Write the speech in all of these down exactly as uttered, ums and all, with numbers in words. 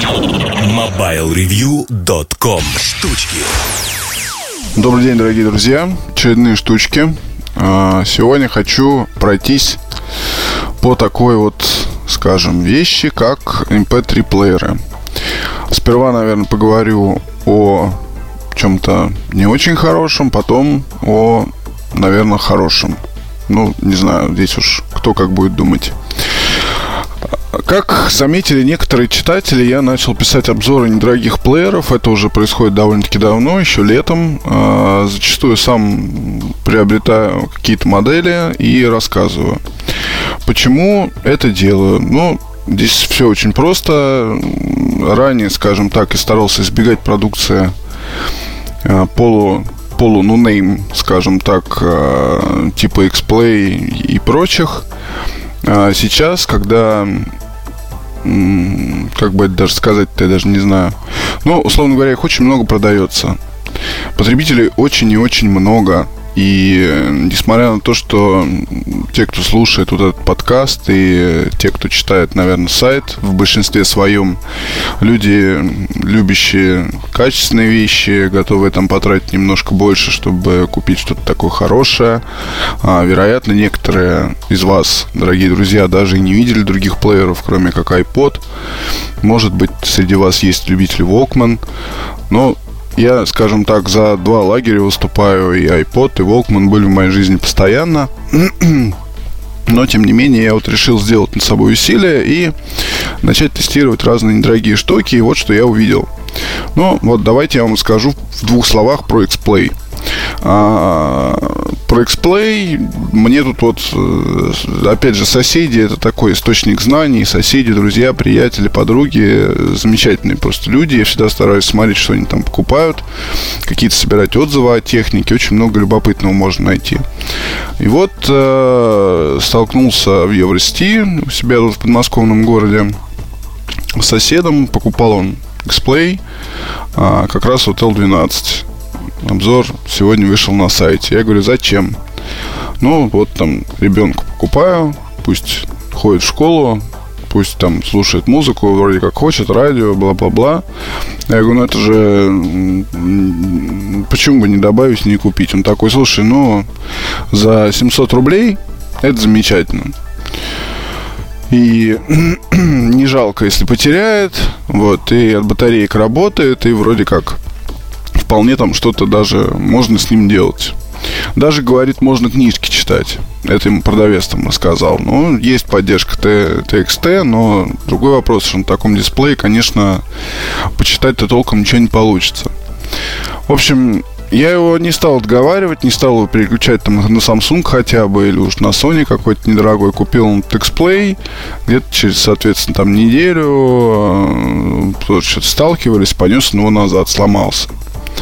мобайл ревью точка ком. Штучки. Добрый день, дорогие друзья. Очередные штучки. Сегодня хочу пройтись по такой вот, скажем, вещи, как эм пэ три плееры. Сперва, наверное, поговорю о чем-то не очень хорошем, потом о, наверное, хорошем. Ну, не знаю, здесь уж кто как будет думать. Как заметили некоторые читатели, я начал писать обзоры недорогих плееров. Это уже происходит довольно-таки давно, еще летом. Зачастую сам приобретаю какие-то модели и рассказываю. Почему это делаю? Ну, здесь все очень просто. Ранее, скажем так, я старался избегать продукции полу, полу no-name, скажем так, типа X-Play и прочих. Сейчас, когда, как бы это даже сказать-то, я даже не знаю. Ну, условно говоря, их очень много продается. Потребителей очень и очень много. И несмотря на то, что те, кто слушает вот этот подкаст, и те, кто читает, наверное, сайт, в большинстве своем люди, любящие качественные вещи, готовые там потратить немножко больше, чтобы купить что-то такое хорошее. А, вероятно, некоторые из вас, дорогие друзья, даже и не видели других плееров, кроме как iPod. Может быть, среди вас есть любители Walkman. Но я, скажем так, за два лагеря выступаю. И iPod, и Walkman были в моей жизни постоянно. Но, тем не менее, я вот решил сделать над собой усилие и начать тестировать разные недорогие штуки. И вот что я увидел. Ну, вот давайте я вам скажу в двух словах про X-Play. А, про X-Play мне тут вот, опять же, соседи — это такой источник знаний. Соседи, друзья, приятели, подруги, замечательные просто люди. Я всегда стараюсь смотреть, что они там покупают, какие-то собирать отзывы о технике. Очень много любопытного можно найти. И вот э, столкнулся в Еврости у себя тут в подмосковном городе с соседом. Покупал он X-Play, а, как раз вот эл двенадцать. Обзор сегодня вышел на сайте. Я говорю, зачем? Ну, вот там ребенку покупаю, пусть ходит в школу, пусть там слушает музыку, вроде как хочет, радио, бла-бла-бла. Я говорю, ну это же, почему бы не добавить и не купить? Он такой, слушай, ну за семьсот рублей это замечательно. И не жалко, если потеряет. Вот, и от батареек работает, и вроде как вполне там что-то даже можно с ним делать. Даже, говорит, можно книжки читать. Это ему продавец там рассказал. Ну, есть поддержка ти экс ти, но другой вопрос, что на таком дисплее, конечно, почитать-то толком ничего не получится. В общем, я его не стал отговаривать, не стал его переключать там на Samsung хотя бы, или уж на Sony какой-то недорогой. Купил он X-Play, где-то через, соответственно, там неделю тоже что-то сталкивались, понес он его назад, сломался.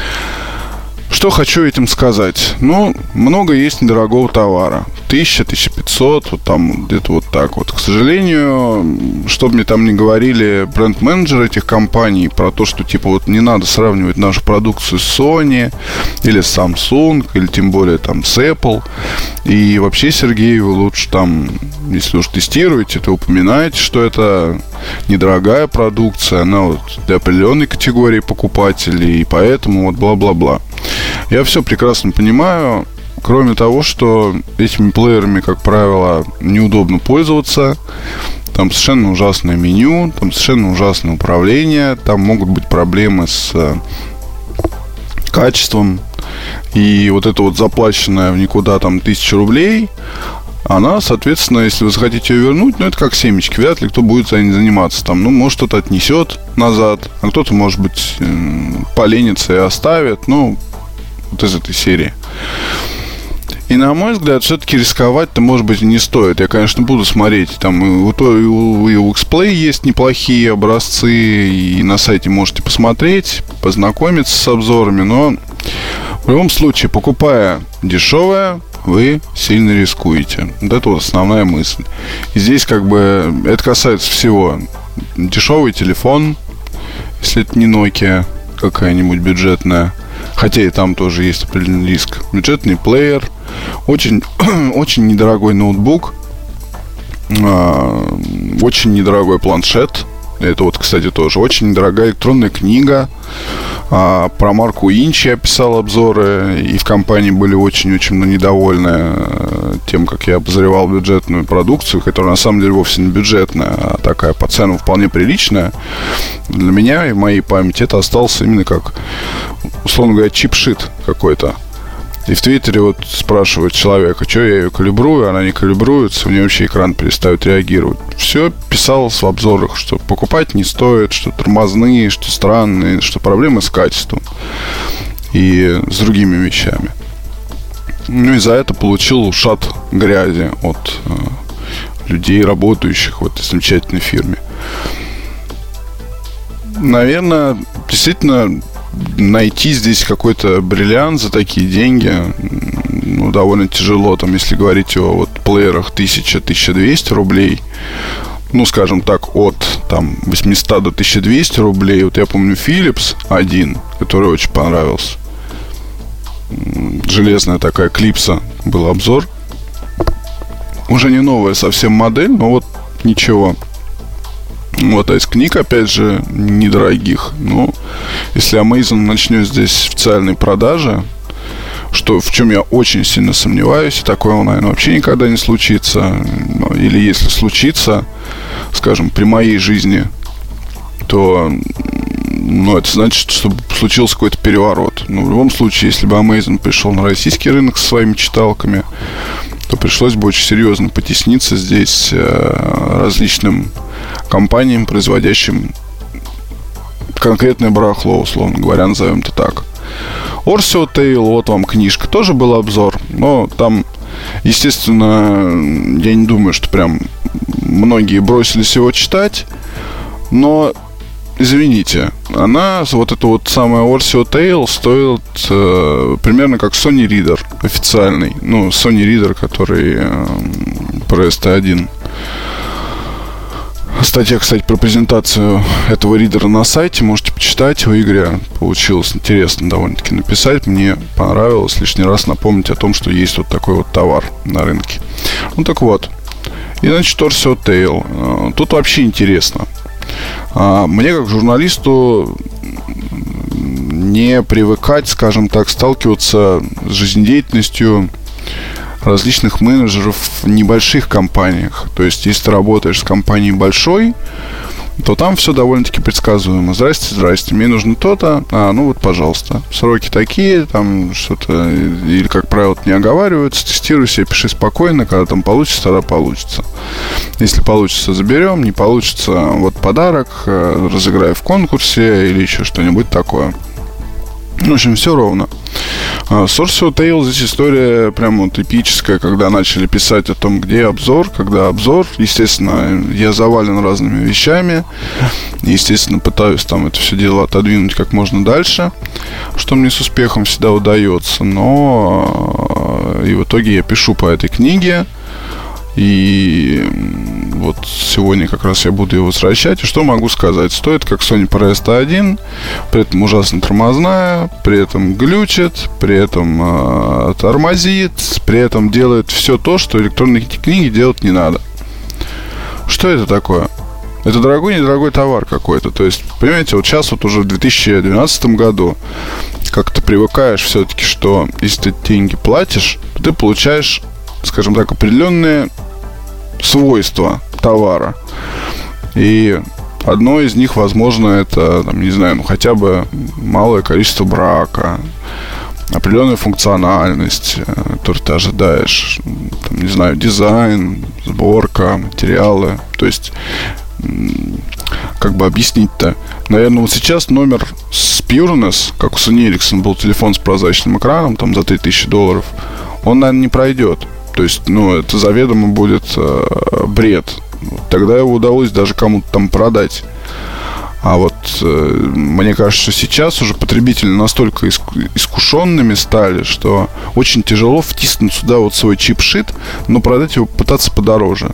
Что хочу этим сказать? Ну, много есть недорогого товара. Тысяча, тысяча пятьсот, вот там где-то вот так вот. К сожалению, что бы мне там ни говорили бренд-менеджеры этих компаний про то, что типа вот не надо сравнивать нашу продукцию с Sony или с Samsung, или тем более там с Apple. И вообще, Сергей, вы лучше там, если уж тестируете, то упоминайте, что это недорогая продукция, она вот для определенной категории покупателей, и поэтому вот бла-бла-бла. Я все прекрасно понимаю, кроме того, что этими плеерами, как правило, неудобно пользоваться. Там совершенно ужасное меню, там совершенно ужасное управление, там могут быть проблемы с качеством. И вот это вот заплаченная в никуда там тысяча рублей, она, соответственно, если вы захотите ее вернуть, ну, это как семечки, вряд ли кто будет за ней заниматься. Там, ну, может, кто-то отнесет назад, а кто-то, может быть, поленится и оставит. Ну, вот из этой серии. И, на мой взгляд, все-таки рисковать-то, может быть, и не стоит. Я, конечно, буду смотреть. Там и у, и у, и у X-Play есть неплохие образцы, и на сайте можете посмотреть, познакомиться с обзорами. Но в любом случае, покупая дешевое, вы сильно рискуете. Вот это вот основная мысль. И здесь как бы это касается всего. Дешевый телефон, если это не Nokia какая-нибудь бюджетная, хотя и там тоже есть определенный риск. Бюджетный плеер, очень, очень недорогой ноутбук, очень недорогой планшет, Это вот, кстати, тоже очень дорогая электронная книга. А, про марку Инчи я писал обзоры, и в компании были очень-очень недовольны тем, как я обозревал бюджетную продукцию, которая на самом деле вовсе не бюджетная, а такая по ценам вполне приличная. Для меня и в моей памяти это осталось именно как, условно говоря, чипшит какой-то. И в Твиттере вот спрашивают человека, что я ее калибрую, она не калибруется, у нее вообще экран перестает реагировать. Все писалось в обзорах, что покупать не стоит, что тормозные, что странные, что проблемы с качеством и с другими вещами. Ну и за это получил ушат грязи от э, людей, работающих в этой замечательной фирме. Наверное, действительно, найти здесь какой-то бриллиант за такие деньги, ну, довольно тяжело. Там, если говорить о вот, плеерах тысяча - тысяча двести рублей, ну, скажем так, от там, восемьсот до тысячи двухсот рублей. Вот я помню Philips один, который очень понравился. Железная такая клипса, был обзор. Уже не новая совсем модель, но вот ничего. Вот, а из книг, опять же, недорогих. Ну, если Amazon начнет здесь официальные продажи, что, в чем я очень сильно сомневаюсь, и такое, наверное, вообще никогда не случится. Или если случится, скажем, при моей жизни, то, ну, это значит, что случился какой-то переворот. Ну, в любом случае, если бы Amazon пришел на российский рынок со своими читалками, то пришлось бы очень серьезно потесниться здесь э, различным компаниям, производящим конкретное барахло, условно говоря, назовем это так. Orsio Tail, вот вам книжка, тоже был обзор, но там, естественно, я не думаю, что прям многие бросились его читать, но извините, она, вот эта вот самая Orsio Tail стоит э, примерно как Sony Reader официальный. Ну, Sony Reader, который э, про эс ти один. Статья, кстати, про презентацию этого ридера на сайте. Можете почитать. У Игоря получилось интересно довольно-таки написать. Мне понравилось лишний раз напомнить о том, что есть вот такой вот товар на рынке. Ну, так вот. И, значит, Orsio Tail. Тут вообще интересно. Мне, как журналисту, не привыкать, скажем так, сталкиваться с жизнедеятельностью различных менеджеров в небольших компаниях. То есть, если ты работаешь с компанией большой, то там все довольно-таки предсказуемо. Здрасте, здрасте, мне нужно то-то, а, ну вот, пожалуйста. Сроки такие, там что-то, или, как правило, не оговариваются. Тестируй себе, пиши спокойно, когда там получится, тогда получится. Если получится, заберем, не получится, вот подарок, разыграй в конкурсе или еще что-нибудь такое. В общем, все ровно. С Orsio Tail здесь история прям вот эпическая, когда начали писать о том, где обзор, когда обзор. Естественно, я завален разными вещами. Естественно, пытаюсь там это все дело отодвинуть как можно дальше, что мне с успехом всегда удается. Но и в итоге я пишу по этой книге. И вот сегодня как раз я буду ее возвращать. И что могу сказать? Стоит как Sony Pro эс ти один, при этом ужасно тормозная, при этом глючит, при этом э, тормозит, при этом делает все то, что электронные книги делать не надо. Что это такое? Это дорогой-недорогой товар какой-то. То есть, понимаете, вот сейчас вот уже в две тысячи двенадцатом году как-то привыкаешь все-таки, что если ты деньги платишь, то ты получаешь, скажем так, определенные свойства товара. И одно из них, возможно, это, там, не знаю, ну хотя бы малое количество брака, определенная функциональность, которую ты ожидаешь, там, не знаю, дизайн, сборка, материалы. То есть, как бы объяснить-то? Наверное, вот сейчас номер с Pureness, как у Sony Ericsson был телефон с прозрачным экраном, там за три тысячи долларов, он, наверное, не пройдет. То есть, ну, это заведомо будет э, бред. Тогда его удалось даже кому-то там продать. А вот э, мне кажется, что сейчас уже потребители настолько иск- искушенными стали, что очень тяжело втиснуть сюда вот свой чипшит, но продать его пытаться подороже.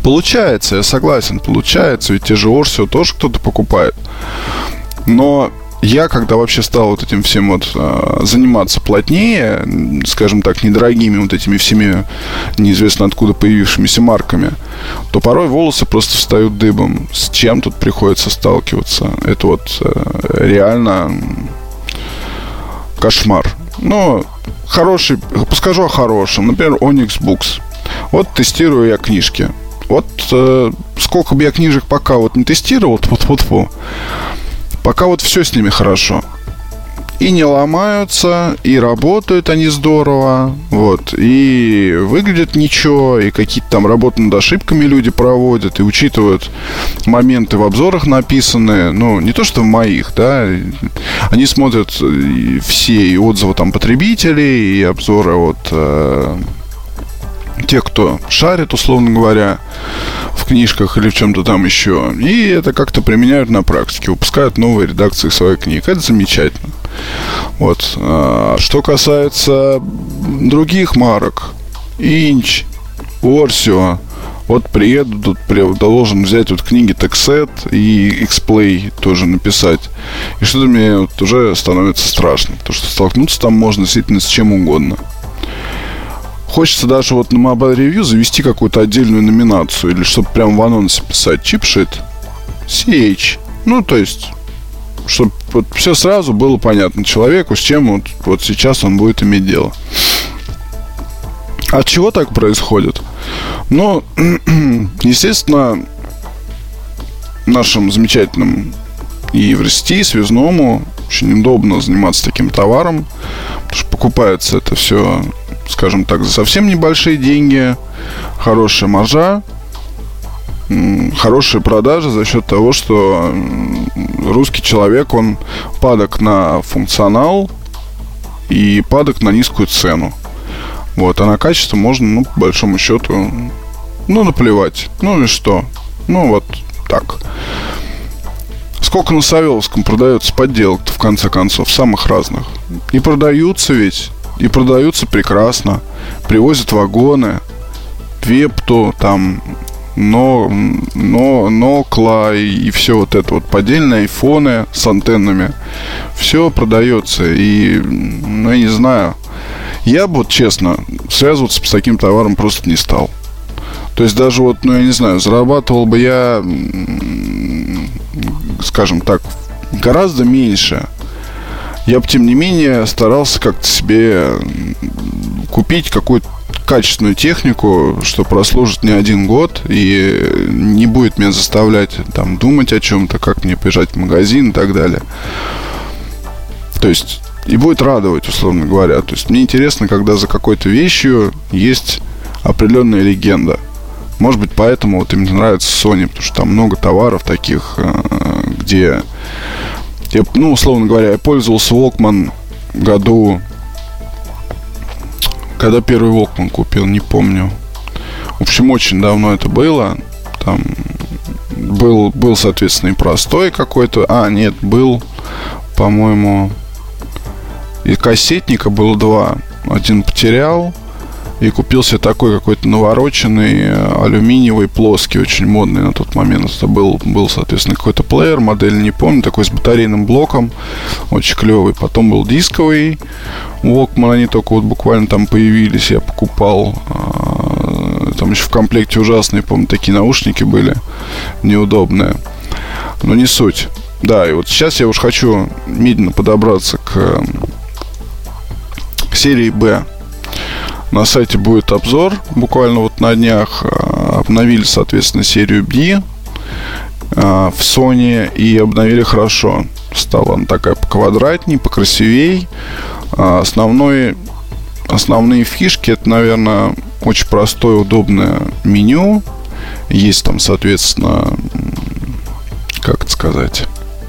Получается, я согласен, получается. Ведь те же Orsio тоже кто-то покупает. Но я, когда вообще стал вот этим всем вот а, заниматься плотнее, скажем так, недорогими вот этими всеми неизвестно откуда появившимися марками, то порой волосы просто встают дыбом. С чем тут приходится сталкиваться? Это вот а, реально кошмар. Но хороший, скажу о хорошем. Например, Onyx Books. Вот тестирую я книжки. Вот э, сколько бы я книжек пока вот не тестировал, тьфу-тьфу-тьфу, пока вот все с ними хорошо. И не ломаются, и работают они здорово, вот, и выглядят ничего, и какие-то там работы над ошибками люди проводят, и учитывают моменты в обзорах написанные, ну, не то что в моих, да, они смотрят все и отзывы там потребителей, и обзоры от э, тех, кто шарит, условно говоря, в книжках или в чем-то там еще. И это как-то применяют на практике. Выпускают новые редакции своих книг. Это замечательно. Вот. А что касается других марок, Инч, Орсио, вот приеду, тут должен взять вот книги Тексет и X-Play тоже написать. И что-то мне вот уже становится страшно. Потому что столкнуться там можно действительно с чем угодно. Хочется даже вот на Mobile Review завести какую-то отдельную номинацию. Или чтобы прям в анонсе писать чипшит си эйч. Ну, то есть, чтобы вот все сразу было понятно человеку, с чем вот, вот сейчас он будет иметь дело. От чего так происходит? Ну, естественно, нашим замечательным и Евросети, и связному очень удобно заниматься таким товаром, потому что покупается это все, скажем так, за совсем небольшие деньги, хорошая маржа, хорошие продажи за счет того, что русский человек, он падок на функционал и падок на низкую цену. Вот, а на качество можно, ну, по большому счету, ну, наплевать. Ну и что? Ну, вот так. Сколько на Савеловском продается подделок-то, в конце концов, самых разных. И продаются ведь, и продаются прекрасно. Привозят вагоны, Вепту, там, но, но, Нокла и, и все вот это вот. Поддельные айфоны с антеннами. Все продается. И, ну, я не знаю. Я бы, вот честно, связываться с таким товаром просто не стал. То есть даже вот, ну, я не знаю, зарабатывал бы я, скажем так, гораздо меньше. Я бы, тем не менее, старался как-то себе купить какую-то качественную технику, что прослужит не один год и не будет меня заставлять там думать о чем-то, как мне бежать в магазин и так далее. То есть, и будет радовать, условно говоря. То есть, мне интересно, когда за какой-то вещью есть определенная легенда. Может быть, поэтому вот им нравится Sony, потому что там много товаров таких, где, я, ну, условно говоря, я пользовался Walkman году, когда первый Walkman купил, не помню. В общем, очень давно это было. Там был, был, соответственно, и простой какой-то. А, нет, был, по-моему, и кассетника было два. Один потерял и купил себе такой какой-то навороченный, алюминиевый, плоский, очень модный на тот момент. Это был, был, соответственно, какой-то плеер, модель не помню, такой с батарейным блоком, очень клевый. Потом был дисковый Walkman, они только вот буквально там появились, я покупал. Там еще в комплекте ужасные, помню, такие наушники были, неудобные. Но не суть. Да, и вот сейчас я уж хочу медленно подобраться к, к серии Б. На сайте будет обзор. Буквально вот на днях обновили, соответственно, серию B в Sony. И обновили хорошо. Стала она такая поквадратней, покрасивей. Основной, основные фишки — это, наверное, очень простое, удобное меню. Есть там, соответственно, как это сказать,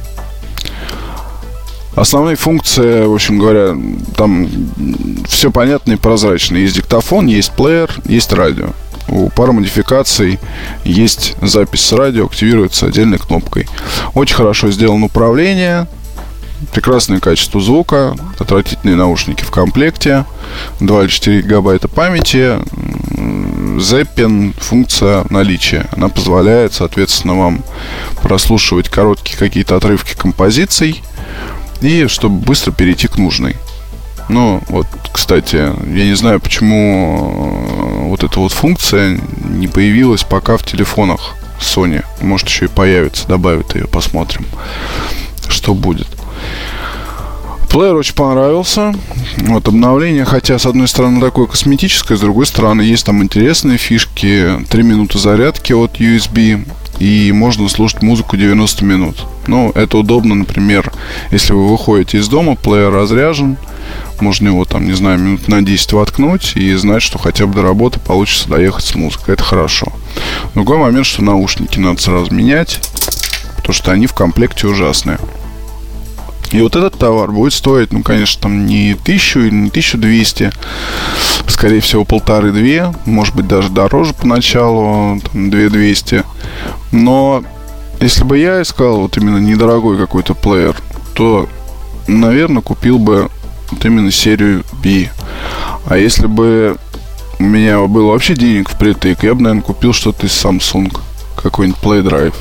основные функции, в общем говоря, там все понятно и прозрачно. Есть диктофон, есть плеер, есть радио. У пары модификаций есть запись с радио, активируется отдельной кнопкой. Очень хорошо сделано управление, прекрасное качество звука, отвратительные наушники в комплекте, два или четыре гигабайта памяти, Zapping, функция наличия. Она позволяет, соответственно, вам прослушивать короткие какие-то отрывки композиций и чтобы быстро перейти к нужной. Ну, вот, кстати, я не знаю, почему вот эта вот функция не появилась пока в телефонах Sony. Может, еще и появится, добавят ее, посмотрим, что будет. Плеер очень понравился. Вот обновление, хотя, с одной стороны, такое косметическое, с другой стороны, есть там интересные фишки. три минуты зарядки от ю эс би, и можно слушать музыку девяносто минут. Ну, это удобно, например, если вы выходите из дома, плеер разряжен, можно его там, не знаю, минут на десять воткнуть и знать, что хотя бы до работы получится доехать с музыкой. Это хорошо. Другой момент, что наушники надо сразу менять, потому что они в комплекте ужасные. И вот этот товар будет стоить, ну, конечно, там не тысячу или не тысячу двести, скорее всего, полторы-две, может быть, даже дороже поначалу, там, две тысячи двести. Но если бы я искал вот именно недорогой какой-то плеер, то, наверное, купил бы вот именно серию B. А если бы у меня было вообще денег впритык, я бы, наверное, купил что-то из Samsung, какой-нибудь PlayDrive.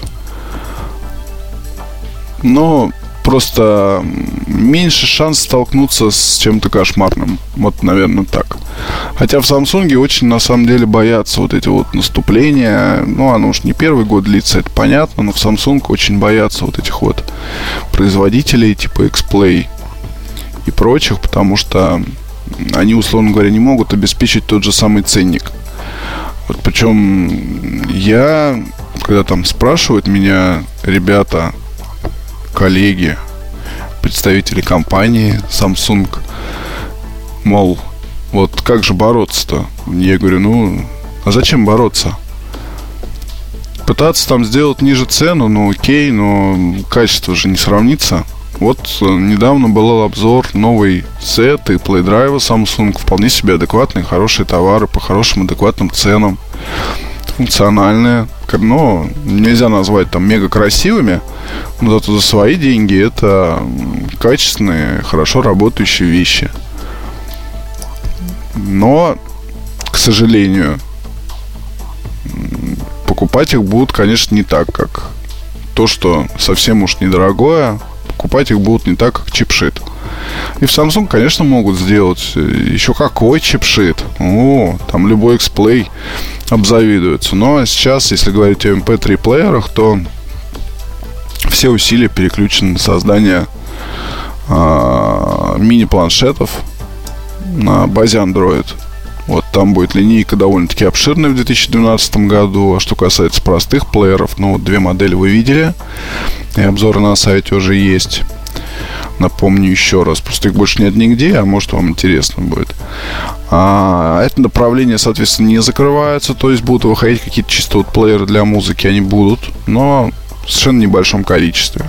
Но просто меньше шанс столкнуться с чем-то кошмарным. Вот, наверное, так. Хотя в Samsung очень, на самом деле, боятся вот эти вот наступления. Ну, оно уж не первый год длится, это понятно. Но в Samsung очень боятся вот этих вот производителей типа X-Play и прочих, потому что они, условно говоря, не могут обеспечить тот же самый ценник. Вот, причем я, когда там спрашивают меня ребята, коллеги, представители компании Samsung, мол, вот как же бороться-то? Я говорю, ну, а зачем бороться? Пытаться там сделать ниже цену, ну окей, но качество же не сравнится. Вот недавно был обзор новой сет и плейдрайва Samsung. Вполне себе адекватные, хорошие товары по хорошим, адекватным ценам. Функциональные. Но нельзя назвать там мега красивыми, но зато за свои деньги это качественные, хорошо работающие вещи. Но, к сожалению, покупать их будут, конечно, не так, как то, что совсем уж недорогое. Покупать их будут не так, как чипшит. И в Samsung, конечно, могут сделать еще какой чипшит. О, там любой X-Play обзавидуется. Но сейчас, если говорить о эм пи три плеерах, то все усилия переключены на создание а, мини-планшетов на базе Android. Вот там будет линейка довольно-таки обширная в две тысячи двенадцатом году. А что касается простых плееров, ну вот две модели вы видели, и обзоры на сайте уже есть. Напомню еще раз, просто их больше нет нигде, а может вам интересно будет. А это направление, соответственно, не закрывается, то есть будут выходить какие-то чисто вот плееры для музыки, они будут, но в совершенно небольшом количестве.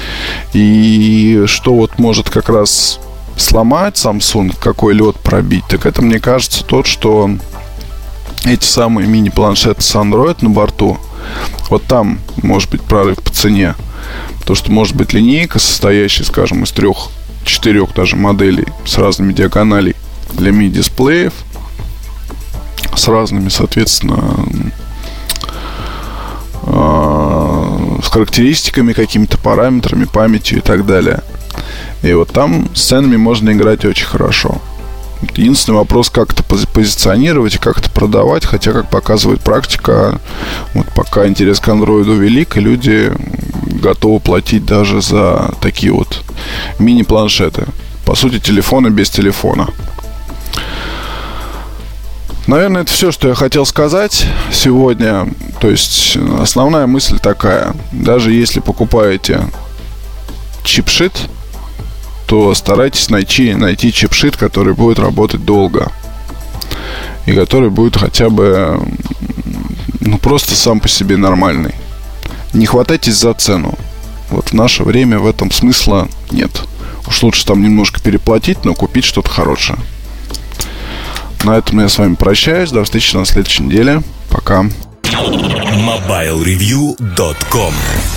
И что вот может как раз сломать Samsung, какой лед пробить, так это, мне кажется, тот, что эти самые мини-планшеты с Android на борту, вот там может быть прорыв по цене. То, что может быть линейка, состоящая, скажем, из трех-четырех даже моделей с разными диагоналей для мини-дисплеев, с разными, соответственно, с характеристиками, какими-то параметрами, памятью и так далее. И вот там с ценами можно играть очень хорошо. Единственный вопрос, как это позиционировать и как это продавать. Хотя, как показывает практика, вот пока интерес к андроиду велик, и люди готовы платить даже за такие вот мини-планшеты. По сути, телефоны без телефона. Наверное, это все, что я хотел сказать сегодня. То есть, основная мысль такая. Даже если покупаете чипшит, то старайтесь найти, найти чипшит, который будет работать долго. И который будет хотя бы, ну, просто сам по себе нормальный. Не хватайтесь за цену. Вот в наше время в этом смысла нет. Уж лучше там немножко переплатить, но купить что-то хорошее. На этом я с вами прощаюсь. До встречи на следующей неделе. Пока. мобайл ревью точка ком